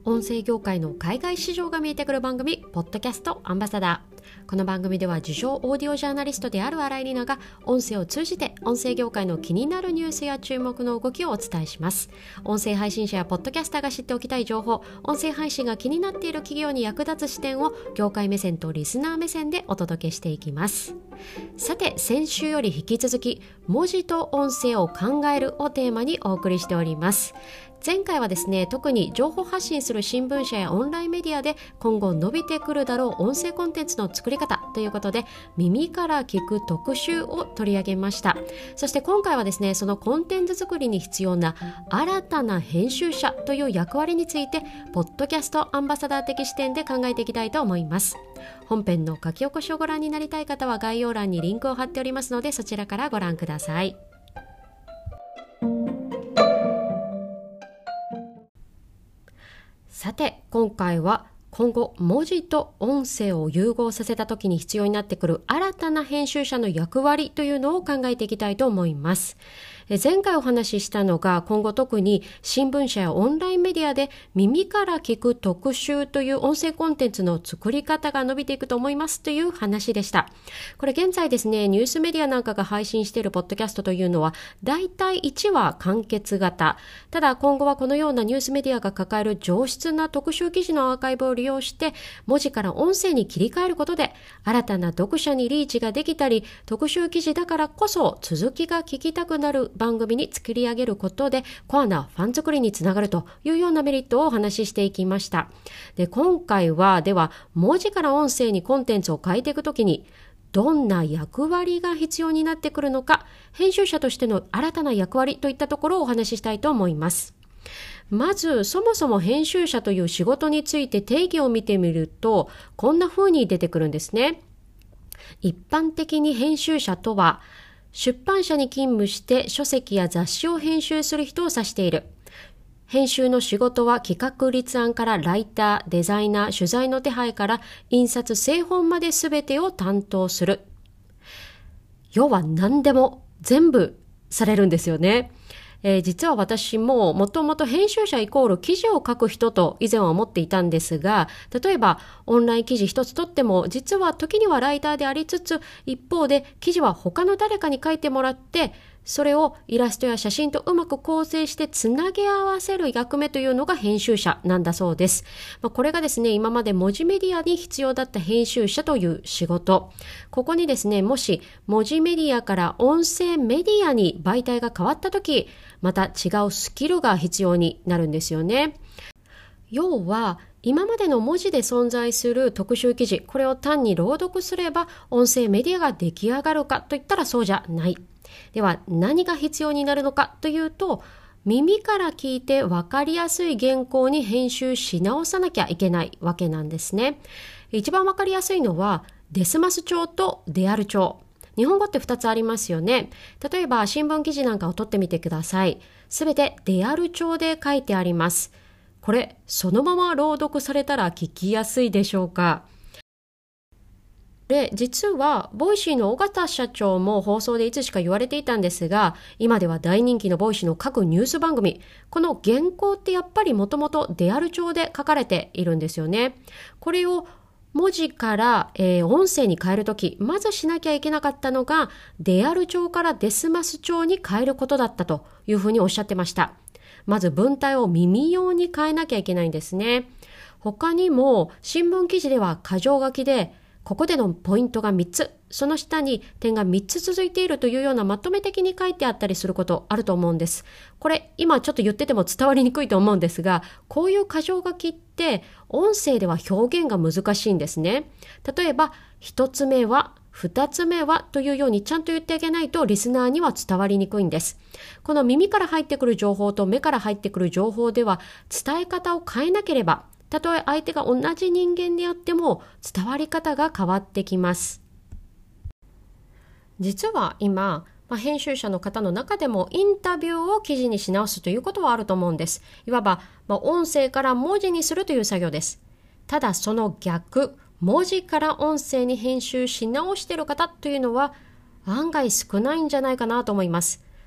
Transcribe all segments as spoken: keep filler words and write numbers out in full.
音声業界の海外市場が見えてくる番組、ポッドキャストアンバサダー。この番組では自称オーディオジャーナリストである新井里奈が音声を通じて音声業界の気になるニュースや注目の動きをお伝えします。音声配信者やポッドキャスターが知っておきたい情報、音声配信が気になっている企業に役立つ視点を業界目線とリスナー目線でお届けしていきます。さて、先週より引き続き文字と音声を考えるをテーマにお送りしております。前回はですね、特に情報発信する新聞社やオンラインメディアで今後伸びてくるだろう音声コンテンツの作り方ということで、耳から聞く特集を取り上げました。そして今回はですね、そのコンテンツ作りに必要な新たな編集者という役割について、ポッドキャストアンバサダー的視点で考えていきたいと思います。本編の書き起こしをご覧になりたい方は概要欄にリンクを貼っておりますので、そちらからご覧ください。さて、今回は今後文字と音声を融合させた時に必要になってくる新たな編集者の役割というのを考えていきたいと思います。前回お話ししたのが、今後特に新聞社やオンラインメディアで耳から聞く特集という音声コンテンツの作り方が伸びていくと思いますという話でした。これ現在ですね、ニュースメディアなんかが配信しているポッドキャストというのはだいたいいちわ完結型。ただ今後はこのようなニュースメディアが抱える上質な特集記事のアーカイブを利用して文字から音声に切り替えることで新たな読者にリーチができたり、特集記事だからこそ続きが聞きたくなる番組に作り上げることでコアなファン作りにつながるというようなメリットをお話ししていきました。で、今回はでは文字から音声にコンテンツを変えていくときにどんな役割が必要になってくるのか、編集者としての新たな役割といったところをお話ししたいと思います。まず、そもそも編集者という仕事について定義を見てみると、こんな風に出てくるんですね。一般的に編集者とは、出版社に勤務して書籍や雑誌を編集する人を指している。編集の仕事は企画立案からライター、デザイナー、取材の手配から印刷、製本まで全てを担当する。要は何でも全部されるんですよね。えー、実は私ももともと編集者イコール記事を書く人と以前は思っていたんですが、例えばオンライン記事一つとっても実は時にはライターでありつつ、一方で記事は他の誰かに書いてもらってそれをイラストや写真とうまく構成してつなげ合わせる役目というのが編集者なんだそうです。まあ、これがですね、今まで文字メディアに必要だった編集者という仕事、ここにですね、もし文字メディアから音声メディアに媒体が変わったとき、また違うスキルが必要になるんですよね。要は今までの文字で存在する特集記事、これを単に朗読すれば音声メディアが出来上がるかといったらそうじゃない。では何が必要になるのかというと、耳から聞いて分かりやすい原稿に編集し直さなきゃいけないわけなんですね。一番分かりやすいのはデスマス調とデアル調。日本語ってふたつありますよね。例えば新聞記事なんかを取ってみてください。すべてデアル調で書いてあります。これそのまま朗読されたら聞きやすいでしょうか。で、実はボイシーの尾形社長も放送でいつしか言われていたんですが、今では大人気のボイシーの各ニュース番組、この原稿ってやっぱりもともとデアル調で書かれているんですよね。これを文字から、えー、音声に変えるとき、まずしなきゃいけなかったのがデアル調からデスマス調に変えることだったというふうにおっしゃってました。まず文体を耳用に変えなきゃいけないんですね。他にも新聞記事では箇条書きで、ここでのポイントがみっつ、その下に点がみっつ続いているというようなまとめ的に書いてあったりすることあると思うんです。これ今ちょっと言ってても伝わりにくいと思うんですが、こういう箇条書きって音声では表現が難しいんですね。例えばひとつめは、ふたつめはというようにちゃんと言ってあげないとリスナーには伝わりにくいんです。この耳から入ってくる情報と目から入ってくる情報では伝え方を変えなければ、たとえ相手が同じ人間であっても伝わり方が変わってきます。実は今、まあ、編集者の方の中でもインタビューを記事にし直すということはあると思うんです。いわば、まあ、音声から文字にするという作業です。ただその逆、文字から音声に編集し直している方というのは案外少ないんじゃないかなと思います。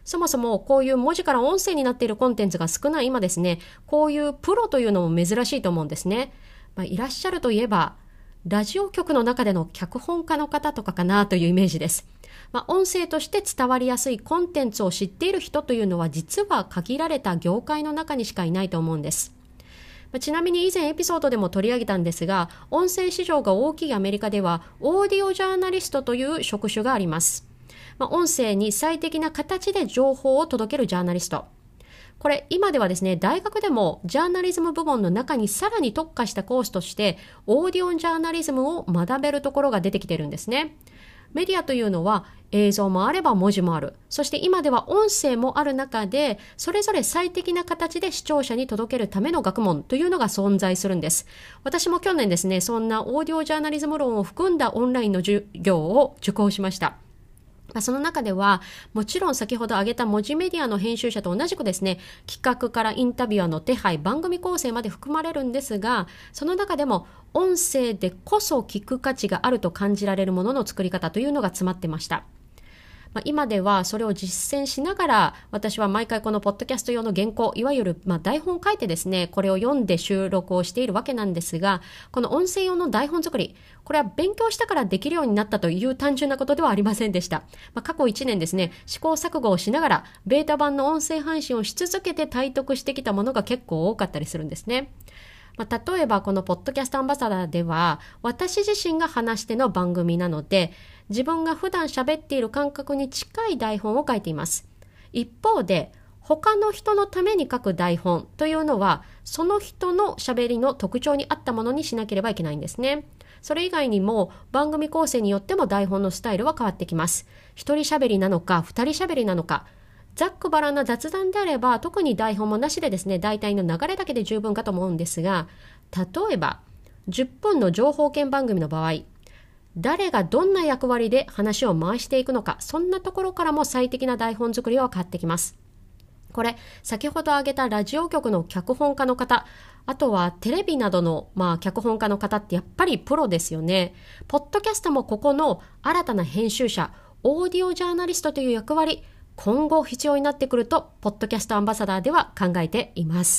そもそもこういう文字から音声になっているコンテンツが少ない今ですね、こういうプロというのも珍しいと思うんですね。まあ、いらっしゃるといえば、ラジオ局の中での脚本家の方とかかなというイメージです。まあ、音声として伝わりやすいコンテンツを知っている人というのは実は限られた業界の中にしかいないと思うんです。まあ、ちなみに以前エピソードでも取り上げたんですが、音声市場が大きいアメリカではオーディオジャーナリストという職種があります。まあ、音声に最適な形で情報を届けるジャーナリスト。これ今ではですね、大学でもジャーナリズム部門の中にさらに特化したコースとしてオーディオジャーナリズムを学べるところが出てきてるんですね。メディアというのは映像もあれば文字もある。そして今では音声もある中で、それぞれ最適な形で視聴者に届けるための学問というのが存在するんです。私も去年ですね、そんなオーディオジャーナリズム論を含んだオンラインの授業を受講しました。その中では、もちろん先ほど挙げた文字メディアの編集者と同じくですね、企画からインタビュアーの手配、番組構成まで含まれるんですが、その中でも音声でこそ聞く価値があると感じられるものの作り方というのが詰まってました。まあ、今ではそれを実践しながら、私は毎回このポッドキャスト用の原稿、いわゆるまあ台本を書いてですね、これを読んで収録をしているわけなんですが、この音声用の台本作り、これは勉強したからできるようになったという単純なことではありませんでした。まあ、過去いちねんですね、試行錯誤をしながら、ベータ版の音声配信をし続けて体得してきたものが結構多かったりするんですね。まあ、例えばこのポッドキャストアンバサダーでは、私自身が話しての番組なので、自分が普段喋っている感覚に近い台本を書いています。一方で、他の人のために書く台本というのは、その人の喋りの特徴に合ったものにしなければいけないんですね。それ以外にも番組構成によっても台本のスタイルは変わってきます。一人喋りなのか、二人喋りなのか、ざっくばらんな雑談であれば特に台本もなしでですね、大体の流れだけで十分かと思うんですが、例えばじゅっぷんの情報系番組の場合、誰がどんな役割で話を回していくのか、そんなところからも最適な台本作りは変わってきます。これ先ほど挙げたラジオ局の脚本家の方、あとはテレビなどの、まあ、脚本家の方ってやっぱりプロですよね。ポッドキャストもここの新たな編集者、オーディオジャーナリストという役割、今後必要になってくるとポッドキャストアンバサダーでは考えています。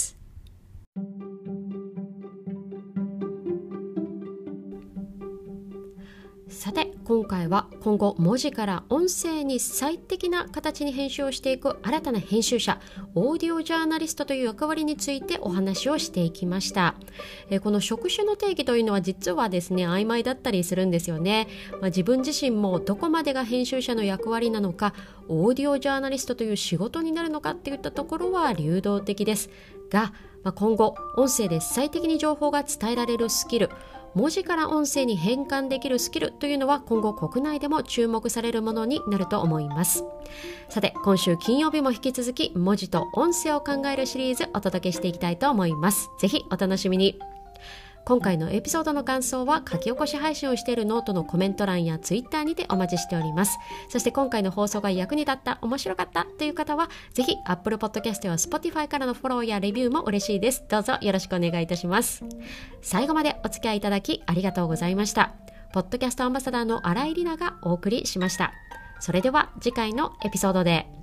さて今回は今後文字から音声に最適な形に編集をしていく新たな編集者、オーディオジャーナリストという役割についてお話をしていきました。えー、この職種の定義というのは実はですね曖昧だったりするんですよね。まあ、自分自身もどこまでが編集者の役割なのか、オーディオジャーナリストという仕事になるのかっていったところは流動的ですが、まあ、今後音声で最適に情報が伝えられるスキル、文字から音声に変換できるスキルというのは今後国内でも注目されるものになると思います。さて今週金曜日も引き続き文字と音声を考えるシリーズお届けしていきたいと思います。ぜひお楽しみに。今回のエピソードの感想は書き起こし配信をしているノートのコメント欄やツイッターにてお待ちしております。そして今回の放送が役に立った、面白かったという方はぜひ Apple Podcast や Spotify からのフォローやレビューも嬉しいです。どうぞよろしくお願いいたします。最後までお付き合いいただきありがとうございました。ポッドキャストアンバサダーの新井里奈がお送りしました。それでは次回のエピソードで。